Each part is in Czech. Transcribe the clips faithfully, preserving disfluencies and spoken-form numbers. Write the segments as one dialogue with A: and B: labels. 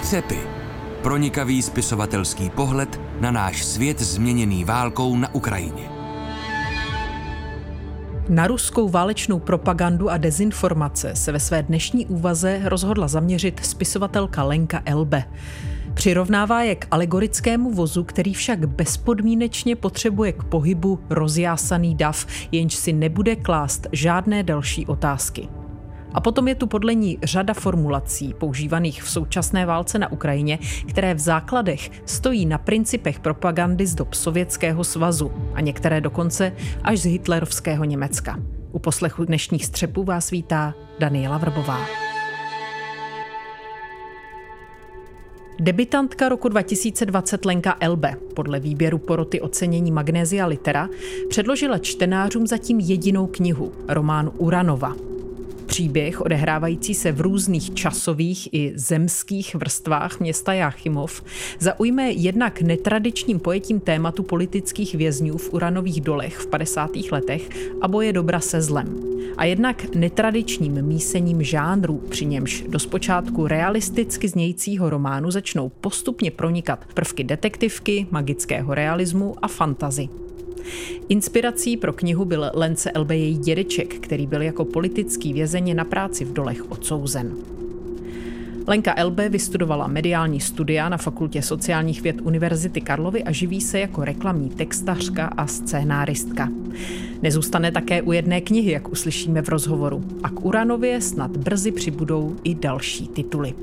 A: Střepy. Pronikavý spisovatelský pohled na náš svět změněný válkou na Ukrajině.
B: Na ruskou válečnou propagandu a dezinformace se ve své dnešní úvaze rozhodla zaměřit spisovatelka Lenka Elbe. Přirovnává je k alegorickému vozu, který však bezpodmínečně potřebuje k pohybu rozjásaný dav, jenž si nebude klást žádné další otázky. A potom je tu podle ní řada formulací používaných v současné válce na Ukrajině, které v základech stojí na principech propagandy z dob Sovětského svazu a některé dokonce až z hitlerovského Německa. U poslechu dnešních střepů vás vítá Daniela Vrbová. Debitantka roku dva tisíce dvacet Lenka Elbe podle výběru poroty ocenění Magnesia Litera předložila čtenářům zatím jedinou knihu, román Uranova. Příběh, odehrávající se v různých časových i zemských vrstvách města Jáchymov, zaujme jednak netradičním pojetím tématu politických vězňů v uranových dolech v padesátých letech a boje dobra se zlem. A jednak netradičním mísením žánrů, při němž do zpočátku realisticky znějícího románu začnou postupně pronikat prvky detektivky, magického realismu a fantasy. Inspirací pro knihu byl Lence Elbe její dědeček, který byl jako politický vězeň na práci v dolech odsouzen. Lenka Elbe vystudovala mediální studia na Fakultě sociálních věd Univerzity Karlovy a živí se jako reklamní textařka a scénáristka. Nezůstane také u jedné knihy, jak uslyšíme v rozhovoru, a k Uranově snad brzy přibudou i další tituly.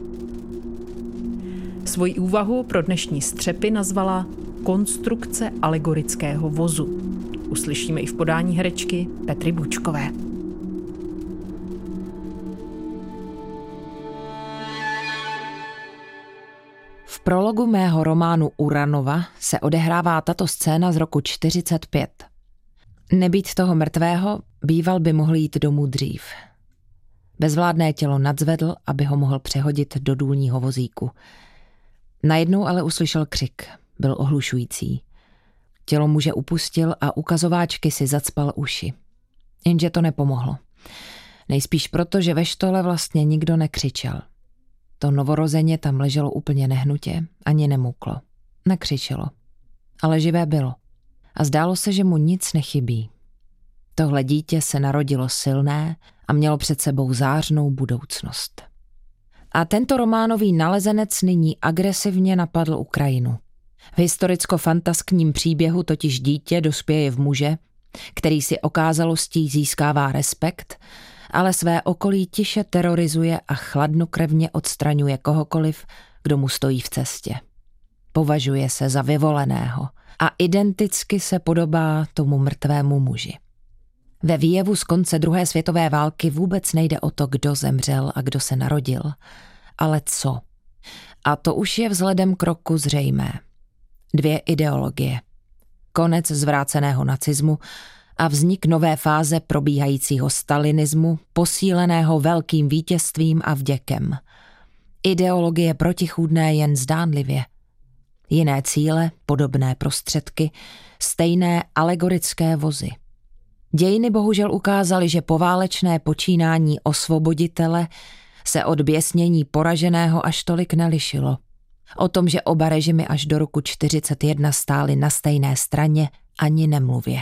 B: Svoji úvahu pro dnešní střepy nazvala Konstrukce alegorického vozu. Uslyšíme i v podání herečky Petry Bučkové.
C: V prologu mého románu Uranova se odehrává tato scéna z roku čtyřicet pět. Nebýt toho mrtvého, býval by mohl jít domů dřív. Bezvládné tělo nadzvedl, aby ho mohl přehodit do důlního vozíku. Najednou ale uslyšel křik. Byl ohlušující. Tělo muže upustil a ukazováčky si zacpal uši. Jenže to nepomohlo. Nejspíš proto, že ve štole vlastně nikdo nekřičel. To novorozeně tam leželo úplně nehnutě, ani nemuklo. Nekřičelo. Ale živé bylo. A zdálo se, že mu nic nechybí. Tohle dítě se narodilo silné a mělo před sebou zářnou budoucnost. A tento románový nalezenec nyní agresivně napadl Ukrajinu. V historicko-fantaskním příběhu totiž dítě dospěje v muže, který si okázalostí získává respekt, ale své okolí tiše terorizuje a chladnokrevně odstraňuje kohokoliv, kdo mu stojí v cestě. Považuje se za vyvoleného a identicky se podobá tomu mrtvému muži. Ve výjevu z konce druhé světové války vůbec nejde o to, kdo zemřel a kdo se narodil, ale co. A to už je vzhledem k roku zřejmé. Dvě ideologie. Konec zvráceného nacismu a vznik nové fáze probíhajícího stalinismu, posíleného velkým vítězstvím a vděkem. Ideologie protichůdné jen zdánlivě. Jiné cíle, podobné prostředky, stejné alegorické vozy. Dějiny bohužel ukázaly, že poválečné počínání osvoboditele se od běsnění poraženého až tolik nelišilo. O tom, že oba režimy až do roku čtyřicet jedna stály na stejné straně, ani nemluvě.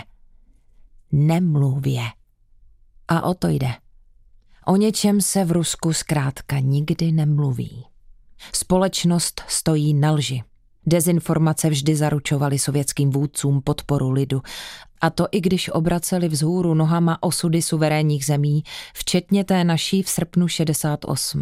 C: Nemluvě. A o to jde. O něčem se v Rusku zkrátka nikdy nemluví. Společnost stojí na lži. Dezinformace vždy zaručovaly sovětským vůdcům podporu lidu. A to i když obraceli vzhůru nohama osudy suverénních zemí, včetně té naší v srpnu šedesát osm.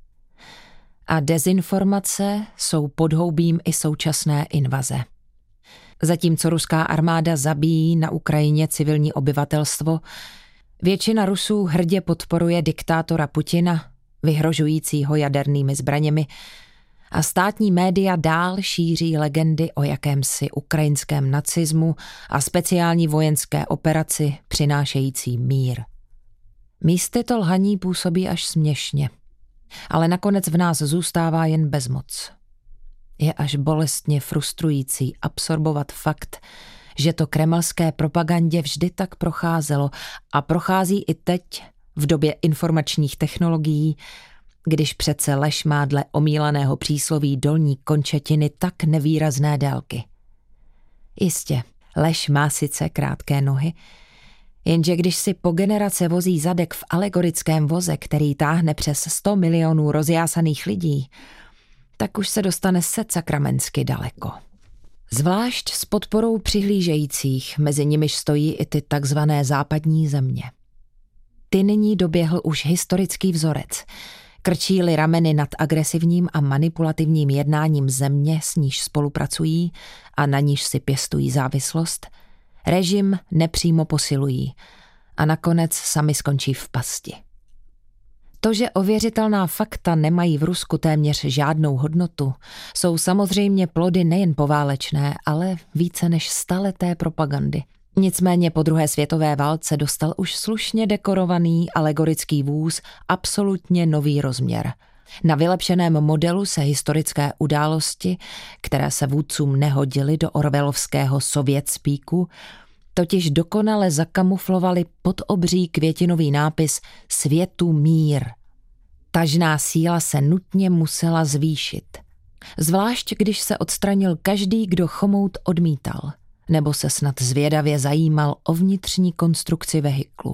C: A dezinformace jsou podhoubím i současné invaze. Zatímco ruská armáda zabíjí na Ukrajině civilní obyvatelstvo, většina Rusů hrdě podporuje diktátora Putina, vyhrožujícího jadernými zbraněmi, a státní média dál šíří legendy o jakémsi ukrajinském nacismu a speciální vojenské operaci přinášející mír. Místy to lhaní působí až směšně, ale nakonec v nás zůstává jen bezmoc. Je až bolestně frustrující absorbovat fakt, že to kremelské propagandě vždy tak procházelo a prochází i teď, v době informačních technologií, když přece lež má dle omílaného přísloví dolní končetiny tak nevýrazné délky. Jistě, lež má sice krátké nohy, jenže když si po generace vozí zadek v alegorickém voze, který táhne přes sto milionů rozjásaných lidí, tak už se dostane setsakramentsky daleko. Zvlášť s podporou přihlížejících, mezi nimiž stojí i ty takzvané západní země. Ty nyní doběhl už historický vzorec. Krčí-li rameny nad agresivním a manipulativním jednáním země, s níž spolupracují a na níž si pěstují závislost, režim nepřímo posilují a nakonec sami skončí v pasti. To, že ověřitelná fakta nemají v Rusku téměř žádnou hodnotu, jsou samozřejmě plody nejen poválečné, ale více než staleté propagandy. Nicméně po druhé světové válce dostal už slušně dekorovaný alegorický vůz absolutně nový rozměr. Na vylepšeném modelu se historické události, které se vůdcům nehodily do orwellovského sovětspíku, totiž dokonale zakamuflovali pod obří květinový nápis Světu mír. Tažná síla se nutně musela zvýšit. Zvlášť, když se odstranil každý, kdo chomout odmítal, nebo se snad zvědavě zajímal o vnitřní konstrukci vehiklu.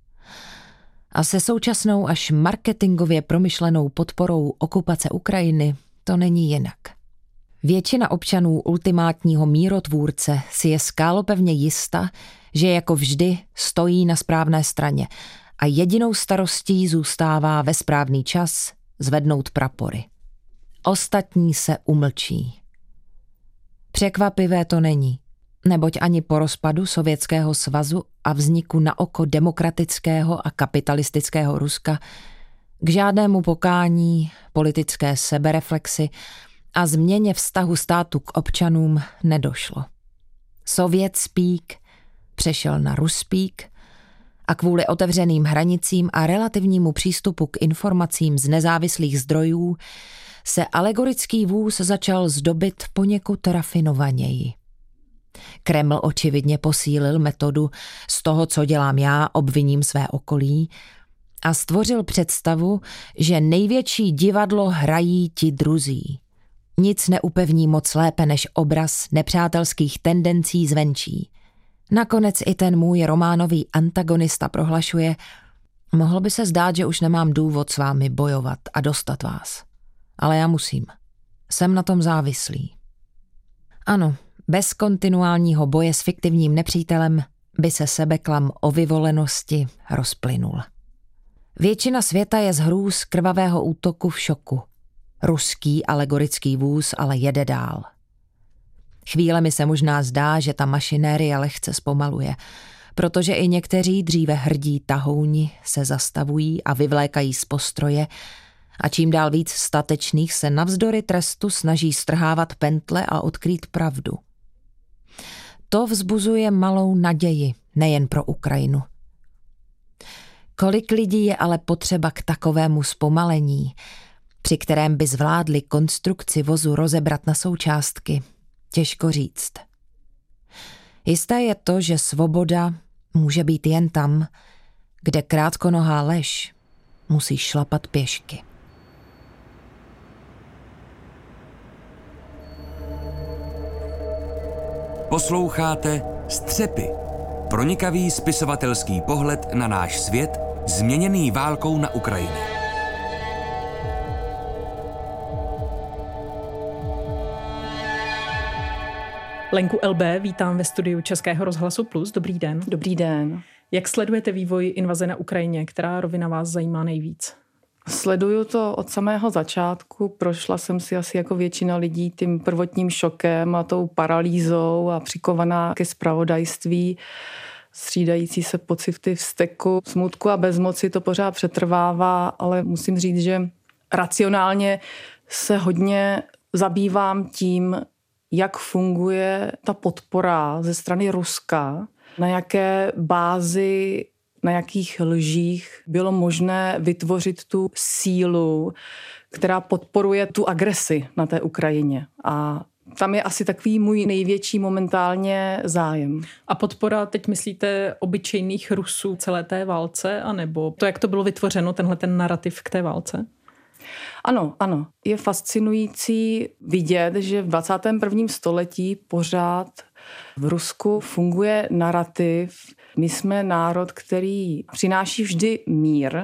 C: A se současnou až marketingově promyšlenou podporou okupace Ukrajiny to není jinak. Většina občanů ultimátního mírotvůrce si je skálopevně jista, že jako vždy stojí na správné straně a jedinou starostí zůstává ve správný čas zvednout prapory. Ostatní se umlčí. Překvapivé to není, neboť ani po rozpadu Sovětského svazu a vzniku na oko demokratického a kapitalistického Ruska k žádnému pokání, politické sebereflexi a změně vztahu státu k občanům nedošlo. Sovětspík přešel na Ruspík a kvůli otevřeným hranicím a relativnímu přístupu k informacím z nezávislých zdrojů se alegorický vůz začal zdobit poněkud rafinovaněji. Kreml očividně posílil metodu z toho, co dělám já, obviním své okolí a stvořil představu, že největší divadlo hrají ti druzí. Nic neupevní moc lépe než obraz nepřátelských tendencí zvenčí. Nakonec i ten můj románový antagonista prohlašuje, mohlo by se zdát, že už nemám důvod s vámi bojovat a dostat vás. Ale já musím. Jsem na tom závislý. Ano, bez kontinuálního boje s fiktivním nepřítelem by se sebeklam o vyvolenosti rozplynul. Většina světa je z hrůz krvavého útoku v šoku. Ruský alegorický vůz ale jede dál. Chvíle mi se možná zdá, že ta mašinérie lehce zpomaluje, protože i někteří dříve hrdí tahouni se zastavují a vyvlékají z postroje a čím dál víc statečných se navzdory trestu snaží strhávat pentle a odkrýt pravdu. To vzbuzuje malou naději, nejen pro Ukrajinu. Kolik lidí je ale potřeba k takovému zpomalení, při kterém by zvládli konstrukci vozu rozebrat na součástky, těžko říct. Jisté je to, že svoboda může být jen tam, kde krátkonohá lež musí šlapat pěšky.
A: Posloucháte Střepy. Pronikavý spisovatelský pohled na náš svět, změněný válkou na Ukrajině.
B: Lenku L B, vítám ve studiu Českého rozhlasu Plus. Dobrý den.
D: Dobrý den.
B: Jak sledujete vývoj invaze na Ukrajině? Která rovina vás zajímá nejvíc?
D: Sleduju to od samého začátku. Prošla jsem si asi jako většina lidí tím prvotním šokem a tou paralýzou a přikovaná ke zpravodajství. Střídající se pocity vzteku, smutku a bezmoci to pořád přetrvává, ale musím říct, že racionálně se hodně zabývám tím, jak funguje ta podpora ze strany Ruska, na jaké bázi, na jakých lžích bylo možné vytvořit tu sílu, která podporuje tu agresi na té Ukrajině. A tam je asi takový můj největší momentálně zájem.
B: A podpora, teď myslíte, obyčejných Rusů celé té válce, anebo to, jak to bylo vytvořeno, tenhle ten narrativ k té válce?
D: Ano, ano. Je fascinující vidět, že v dvacátém prvním století pořád v Rusku funguje narrativ. My jsme národ, který přináší vždy mír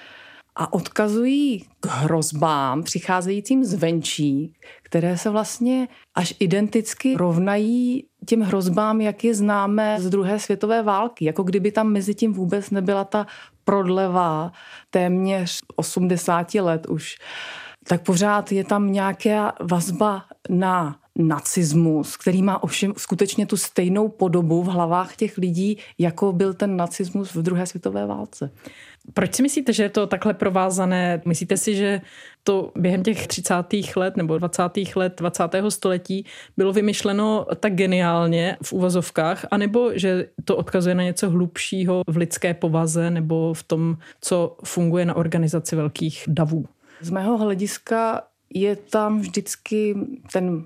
D: a odkazují k hrozbám přicházejícím zvenčí, které se vlastně až identicky rovnají těm hrozbám, jak je známe z druhé světové války. Jako kdyby tam mezi tím vůbec nebyla ta prodleva téměř osmdesáti let už. Tak pořád je tam nějaká vazba na nacismus, který má ovšem skutečně tu stejnou podobu v hlavách těch lidí, jako byl ten nacismus v druhé světové válce.
B: Proč si myslíte, že je to takhle provázané? Myslíte si, že to během těch třicátých let nebo dvacátých let dvacátého století bylo vymyšleno tak geniálně v uvozovkách, anebo že to odkazuje na něco hlubšího v lidské povaze nebo v tom, co funguje na organizaci velkých davů?
D: Z mého hlediska je tam vždycky ten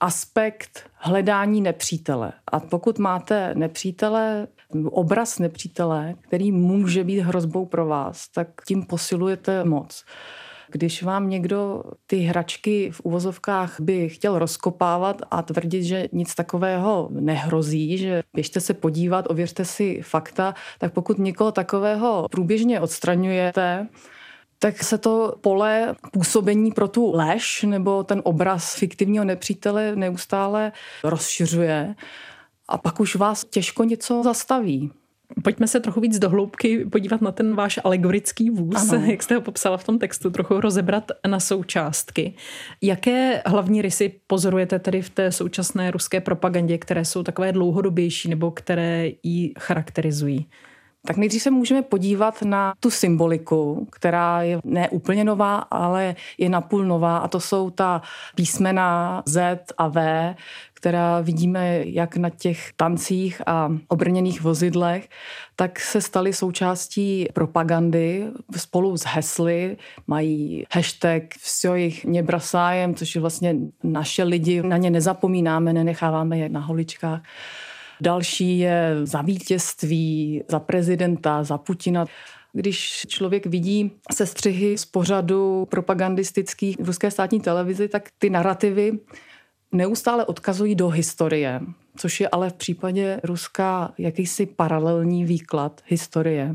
D: aspekt hledání nepřítele. A pokud máte nepřítele, obraz nepřítele, který může být hrozbou pro vás, tak tím posilujete moc. Když vám někdo ty hračky v uvozovkách by chtěl rozkopávat a tvrdit, že nic takového nehrozí, že běžte se podívat, ověřte si fakta, tak pokud někoho takového průběžně odstraňujete, tak se to pole působení pro tu lež nebo ten obraz fiktivního nepřítele neustále rozšiřuje a pak už vás těžko něco zastaví.
B: Pojďme se trochu víc do hloubky podívat na ten váš alegorický vůz, ano. Jak jste ho popsala v tom textu, trochu rozebrat na součástky. Jaké hlavní rysy pozorujete tedy v té současné ruské propagandě, které jsou takové dlouhodobější nebo které ji charakterizují?
D: Tak nejdřív se můžeme podívat na tu symboliku, která je ne úplně nová, ale je napůl nová a to jsou ta písmena Z a V, která vidíme jak na těch tancích a obrněných vozidlech, tak se staly součástí propagandy spolu s hesly. Mají hashtag Vsjo jich nebrasájem, což je vlastně naše lidi, na ně nezapomínáme, nenecháváme je na holičkách. Další je za vítězství, za prezidenta, za Putina. Když člověk vidí sestřihy z pořadu propagandistických v ruské státní televizi, tak ty narrativy neustále odkazují do historie, což je ale v případě Ruska jakýsi paralelní výklad historie.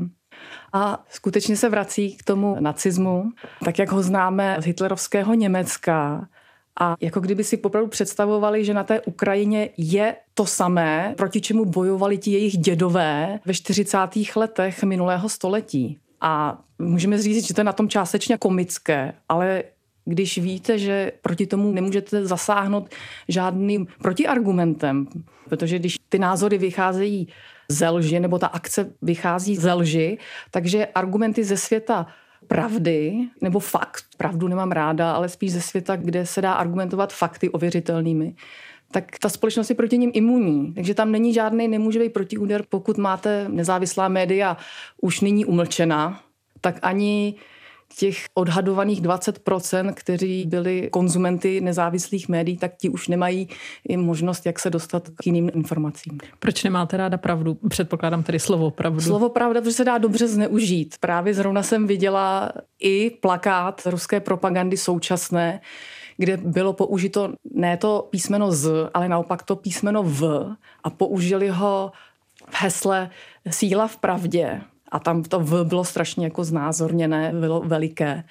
D: A skutečně se vrací k tomu nacismu, tak jak ho známe z hitlerovského Německa, a jako kdyby si popravdu představovali, že na té Ukrajině je to samé, proti čemu bojovali ti jejich dědové ve čtyřicátých letech minulého století. A můžeme říct, že to je na tom částečně komické, ale když víte, že proti tomu nemůžete zasáhnout žádným protiargumentem, protože když ty názory vycházejí ze lži, nebo ta akce vychází ze lži, takže argumenty ze světa pravdy, nebo fakt, pravdu nemám ráda, ale spíš ze světa, kde se dá argumentovat fakty ověřitelnými, tak ta společnost je proti ním imunní. Takže tam není žádný nemůževý protiúder, pokud máte nezávislá média už nyní umlčená, tak ani těch odhadovaných dvacet procent, kteří byli konzumenty nezávislých médií, tak ti už nemají i možnost, jak se dostat k jiným informacím.
B: Proč nemáte ráda pravdu? Předpokládám tedy slovo pravdu.
D: Slovo pravda, protože se dá dobře zneužít. Právě zrovna jsem viděla i plakát ruské propagandy současné, kde bylo použito ne to písmeno Z, ale naopak to písmeno V a použili ho v hesle Síla v pravdě. A tam to V bylo strašně jako znázorněné, bylo veliké.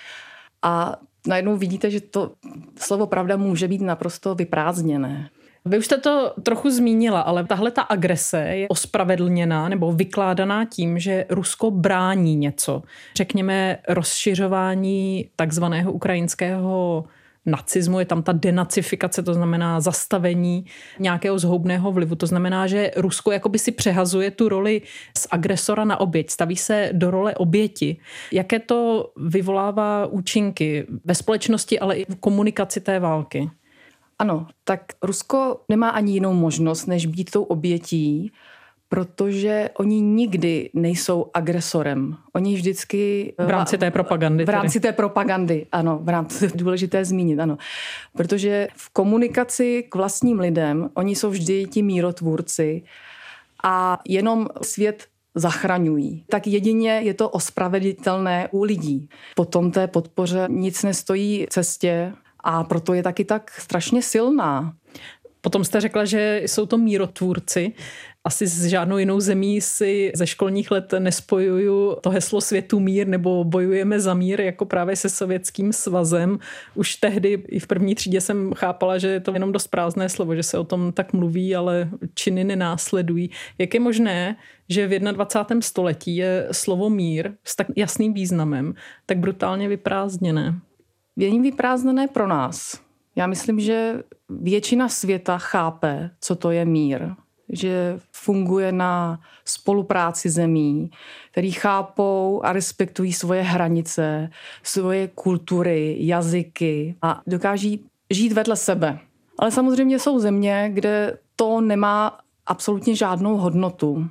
D: A najednou vidíte, že to slovo pravda může být naprosto vyprázdněné.
B: Vy už jste to trochu zmínila, ale tahle ta agrese je ospravedlněná nebo vykládaná tím, že Rusko brání něco. Řekněme rozšiřování takzvaného ukrajinského nacismu, je tam ta denacifikace, to znamená zastavení nějakého zhoubného vlivu. To znamená, že Rusko jakoby si přehazuje tu roli z agresora na oběť, staví se do role oběti. Jaké to vyvolává účinky ve společnosti, ale i v komunikaci té války?
D: Ano, tak Rusko nemá ani jinou možnost, než být tou obětí, protože oni nikdy nejsou agresorem. Oni vždycky...
B: V rámci té propagandy.
D: V rámci té propagandy, ano. V rámci, důležité zmínit, ano. Protože v komunikaci k vlastním lidem, oni jsou vždy ti mírotvůrci a jenom svět zachraňují. Tak jedině je to ospravedlitelné u lidí. Potom té podpoře nic nestojí v cestě a proto je taky tak strašně silná.
B: Potom jste řekla, že jsou to mírotvůrci. Asi s žádnou jinou zemí si ze školních let nespojuju to heslo světu mír nebo bojujeme za mír jako právě se Sovětským svazem. Už tehdy i v první třídě jsem chápala, že je to jenom dost prázdné slovo, že se o tom tak mluví, ale činy nenásledují. Jak je možné, že v dvacátém prvním století je slovo mír s tak jasným významem tak brutálně vyprázdněné?
D: Je vyprázdněné pro nás. Já myslím, že většina světa chápe, co to je mír. Že funguje na spolupráci zemí, který chápou a respektují svoje hranice, svoje kultury, jazyky a dokáží žít vedle sebe. Ale samozřejmě jsou země, kde to nemá absolutně žádnou hodnotu.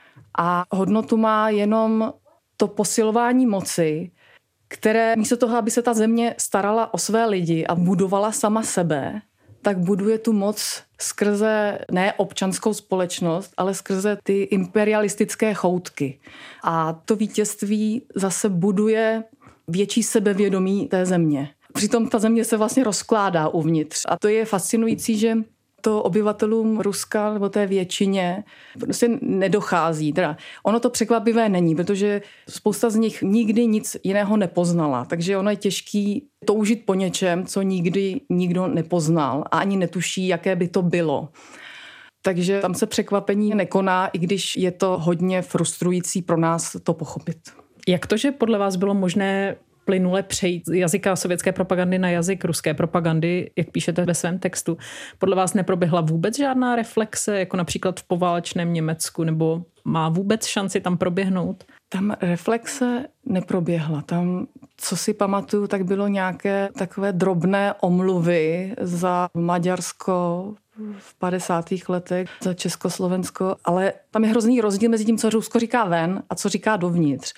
D: A hodnotu má jenom to posilování moci, které místo toho, aby se ta země starala o své lidi a budovala sama sebe, tak buduje tu moc skrze ne občanskou společnost, ale skrze ty imperialistické choutky. A to vítězství zase buduje větší sebevědomí té země. Přitom ta země se vlastně rozkládá uvnitř. A to je fascinující, že to obyvatelům Ruska nebo té většině prostě nedochází. Teda ono to překvapivé není, protože spousta z nich nikdy nic jiného nepoznala. Takže ono je těžký toužit po něčem, co nikdy nikdo nepoznal a ani netuší, jaké by to bylo. Takže tam se překvapení nekoná, i když je to hodně frustrující pro nás to pochopit.
B: Jak to, že podle vás bylo možné plynule přejít z jazyka sovětské propagandy na jazyk ruské propagandy, jak píšete ve svém textu, podle vás neproběhla vůbec žádná reflexe, jako například v poválečném Německu, nebo má vůbec šanci tam proběhnout?
D: Tam reflexe neproběhla. Tam, co si pamatuju, tak bylo nějaké takové drobné omluvy za Maďarsko v padesátých letech, za Československo, ale tam je hrozný rozdíl mezi tím, co Rusko říká ven a co říká dovnitř.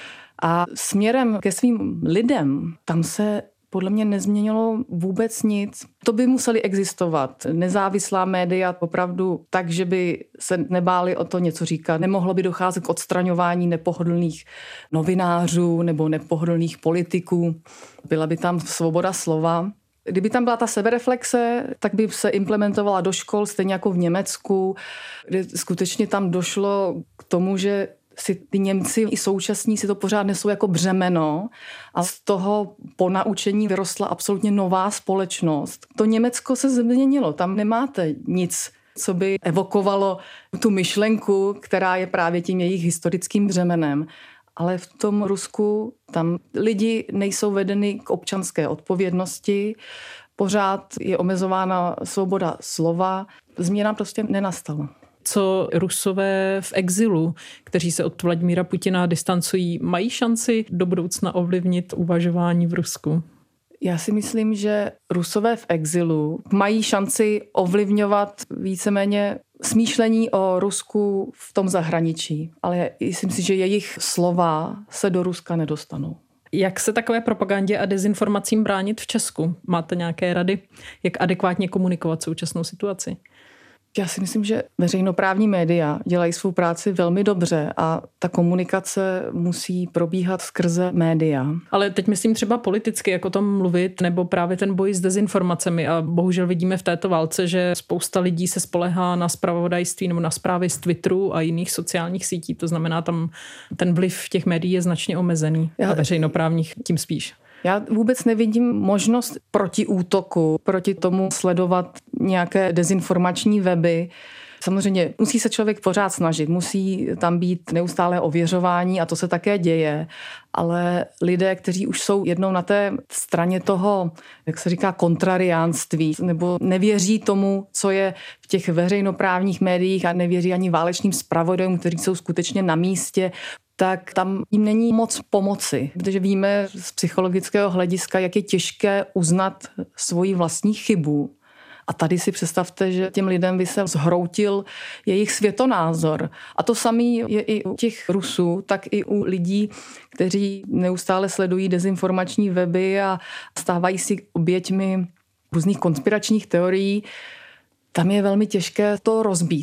D: A směrem ke svým lidem, tam se podle mě nezměnilo vůbec nic. To by museli existovat nezávislá média opravdu tak, že by se nebáli o to něco říkat. Nemohlo by docházet k odstraňování nepohodlných novinářů nebo nepohodlných politiků. Byla by tam svoboda slova. Kdyby tam byla ta sebereflexe, tak by se implementovala do škol, stejně jako v Německu, kde skutečně tam došlo k tomu, že si ty Němci i současní si to pořád nesou jako břemeno a z toho po naučení vyrostla absolutně nová společnost. To Německo se změnilo, tam nemáte nic, co by evokovalo tu myšlenku, která je právě tím jejich historickým břemenem. Ale v tom Rusku tam lidi nejsou vedeny k občanské odpovědnosti, pořád je omezována svoboda slova, změna prostě nenastala.
B: Co Rusové v exilu, kteří se od Vladimíra Putina distancují, mají šanci do budoucna ovlivnit uvažování v Rusku?
D: Já si myslím, že Rusové v exilu mají šanci ovlivňovat víceméně smýšlení o Rusku v tom zahraničí, ale myslím si, že jejich slova se do Ruska nedostanou.
B: Jak se takové propagandě a dezinformacím bránit v Česku? Máte nějaké rady, jak adekvátně komunikovat současnou situaci?
D: Já si myslím, že veřejnoprávní média dělají svou práci velmi dobře a ta komunikace musí probíhat skrze média.
B: Ale teď myslím třeba politicky, jak o tom mluvit, nebo právě ten boj s dezinformacemi. A bohužel vidíme v této válce, že spousta lidí se spolehá na zpravodajství nebo na zprávy z Twitteru a jiných sociálních sítí. To znamená, tam ten vliv těch médií je značně omezený a veřejnoprávních tím spíš.
D: Já vůbec nevidím možnost protiútoku, proti tomu sledovat nějaké dezinformační weby. Samozřejmě musí se člověk pořád snažit, musí tam být neustálé ověřování a to se také děje, ale lidé, kteří už jsou jednou na té straně toho, jak se říká, kontrariánství, nebo nevěří tomu, co je v těch veřejnoprávních médiích a nevěří ani válečným zpravodajům, kteří jsou skutečně na místě, tak tam jim není moc pomoci, protože víme z psychologického hlediska, jak je těžké uznat svoji vlastní chybu. A tady si představte, že těm lidem by se zhroutil jejich světonázor. A to samé je i u těch Rusů, tak i u lidí, kteří neustále sledují dezinformační weby a stávají si oběťmi různých konspiračních teorií. Tam je velmi těžké to rozbít,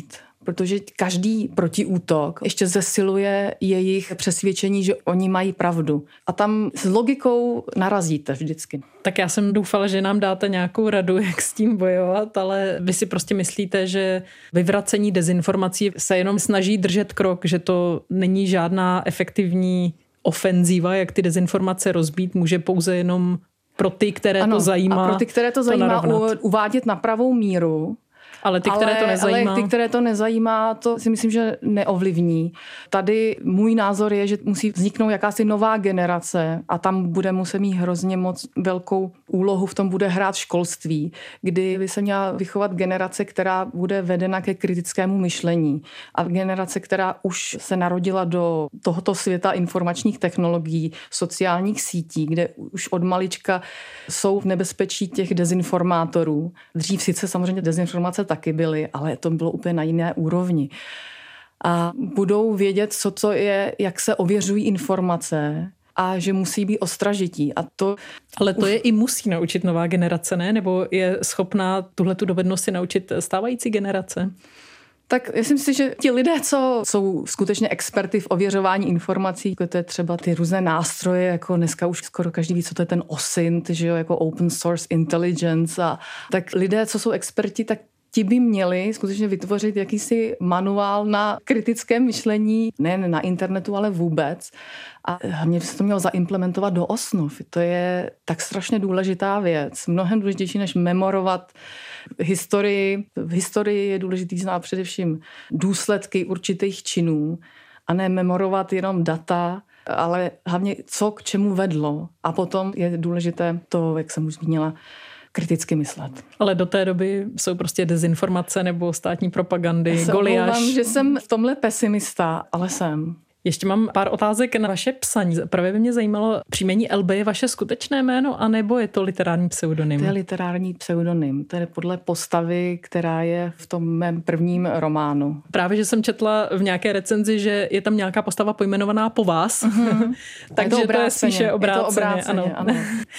D: protože každý protiútok ještě zesiluje jejich přesvědčení, že oni mají pravdu. A tam s logikou narazíte vždycky.
B: Tak já jsem doufala, že nám dáte nějakou radu, jak s tím bojovat, ale vy si prostě myslíte, že vyvracení dezinformací se jenom snaží držet krok, že to není žádná efektivní ofenzíva, jak ty dezinformace rozbít, může pouze jenom pro ty, které
D: ano,
B: to zajímá.
D: A pro ty, které to zajímá, to uvádět na pravou míru.
B: Ale ty, které
D: ale,
B: to nezajímá.
D: Ale ty, které to nezajímá, to si myslím, že neovlivní. Tady můj názor je, že musí vzniknout jakási nová generace a tam bude muset mít hrozně moc velkou úlohu, v tom bude hrát školství, kdy by se měla vychovat generace, která bude vedena ke kritickému myšlení. A generace, která už se narodila do tohoto světa informačních technologií, sociálních sítí, kde už od malička jsou v nebezpečí těch dezinformátorů. Dřív sice samozřejmě dezinformace taky byly, ale to bylo úplně na jiné úrovni. A budou vědět, co to je, jak se ověřují informace a že musí být ostražití. A to
B: ale to už... je i musí naučit nová generace, ne? Nebo je schopná tuhletu dovednost si naučit stávající generace?
D: Tak já si myslím, že ti lidé, co jsou skutečně experty v ověřování informací, jako to je třeba ty různé nástroje, jako dneska už skoro každý ví, co to je ten O S I N T, že jo, jako Open Source Intelligence. A tak lidé, co jsou experti, tak ti by měli skutečně vytvořit jakýsi manuál na kritické myšlení, nejen na internetu, ale vůbec. A hlavně by se to mělo zaimplementovat do osnov. To je tak strašně důležitá věc. Mnohem důležitější, než memorovat historii. V historii je důležitý znát především důsledky určitých činů a ne memorovat jenom data, ale hlavně co k čemu vedlo. A potom je důležité to, jak jsem už zmínila, kriticky myslet.
B: Ale do té doby jsou prostě dezinformace nebo státní propagandy, Goliáš.
D: Já se omlouvám, že jsem v tomhle pesimista, ale jsem.
B: Ještě mám pár otázek na vaše psaní. Právě by mě zajímalo, příjmení L B je vaše skutečné jméno, anebo je to literární pseudonym?
D: To je literární pseudonym. To je podle postavy, která je v tom mém prvním románu.
B: Právě, že jsem četla v nějaké recenzi, že je tam nějaká postava pojmenovaná po vás. Mm-hmm. Takže to, to je spíše obráceně. Je to obráceně, ano. ano.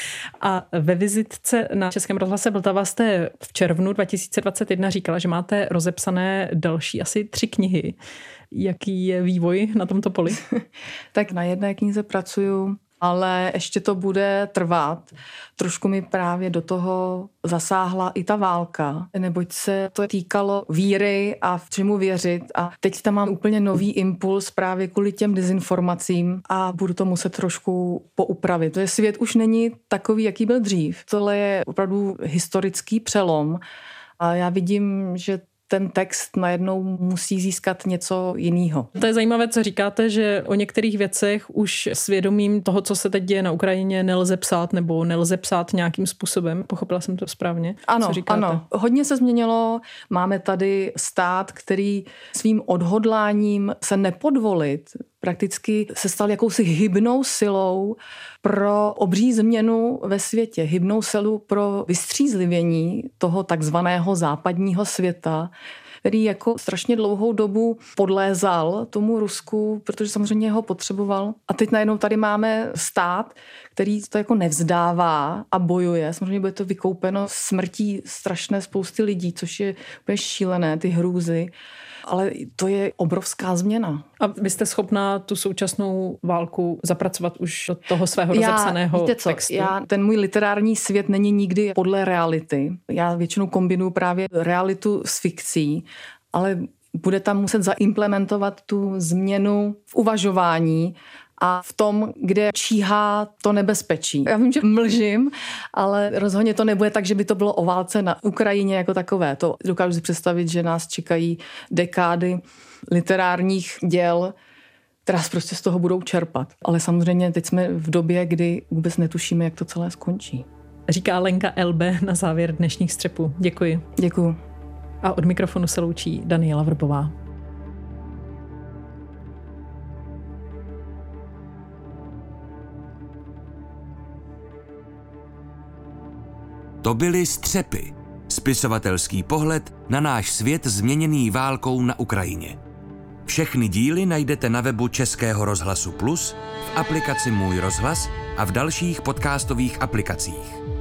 B: A ve vizitce na Českém rozhlase Vltava jste v červnu dva tisíce dvacet jedna říkala, že máte rozepsané další asi tři knihy. Jaký je vývoj na tomto poli?
D: Tak na jedné knize pracuju, ale ještě to bude trvat. Trošku mi právě do toho zasáhla i ta válka, neboť se to týkalo víry a v čemu věřit. A teď tam mám úplně nový impuls právě kvůli těm dezinformacím a budu to muset trošku poupravit. To je svět už není takový, jaký byl dřív. Tohle je opravdu historický přelom a já vidím, že ten text najednou musí získat něco jiného.
B: To je zajímavé, co říkáte, že o některých věcech už svědomím toho, co se teď děje na Ukrajině, nelze psát nebo nelze psát nějakým způsobem. Pochopila jsem to správně?
D: Ano,
B: co říkáte?
D: ano. Hodně se změnilo. Máme tady stát, který svým odhodláním se nepodvolit prakticky se stal jakousi hybnou silou pro obří změnu ve světě, hybnou silu pro vystřízlivění toho takzvaného západního světa, který jako strašně dlouhou dobu podlézal tomu Rusku, protože samozřejmě ho potřeboval. A teď najednou tady máme stát, který to jako nevzdává a bojuje. Samozřejmě bude to vykoupeno smrtí strašné spousty lidí, což je úplně šílené, ty hrůzy. Ale to je obrovská změna.
B: A vy jste schopná tu současnou válku zapracovat už do toho svého rozepsaného
D: já, víte co,
B: textu?
D: Já, ten můj literární svět není nikdy podle reality. Já většinou kombinuju právě realitu s fikcí, ale bude tam muset zaimplementovat tu změnu v uvažování a v tom, kde číhá to nebezpečí. Já vím, že mlžím, ale rozhodně to nebude tak, že by to bylo o válce na Ukrajině jako takové. To dokážu si představit, že nás čekají dekády literárních děl, která prostě z toho budou čerpat. Ale samozřejmě teď jsme v době, kdy vůbec netušíme, jak to celé skončí.
B: Říká Lenka L B na závěr dnešních střepů. Děkuji.
D: Děkuji.
B: A od mikrofonu se loučí Daniela Vrbová.
A: To byly Střepy, spisovatelský pohled na náš svět změněný válkou na Ukrajině. Všechny díly najdete na webu Českého rozhlasu Plus, v aplikaci Můj rozhlas a v dalších podcastových aplikacích.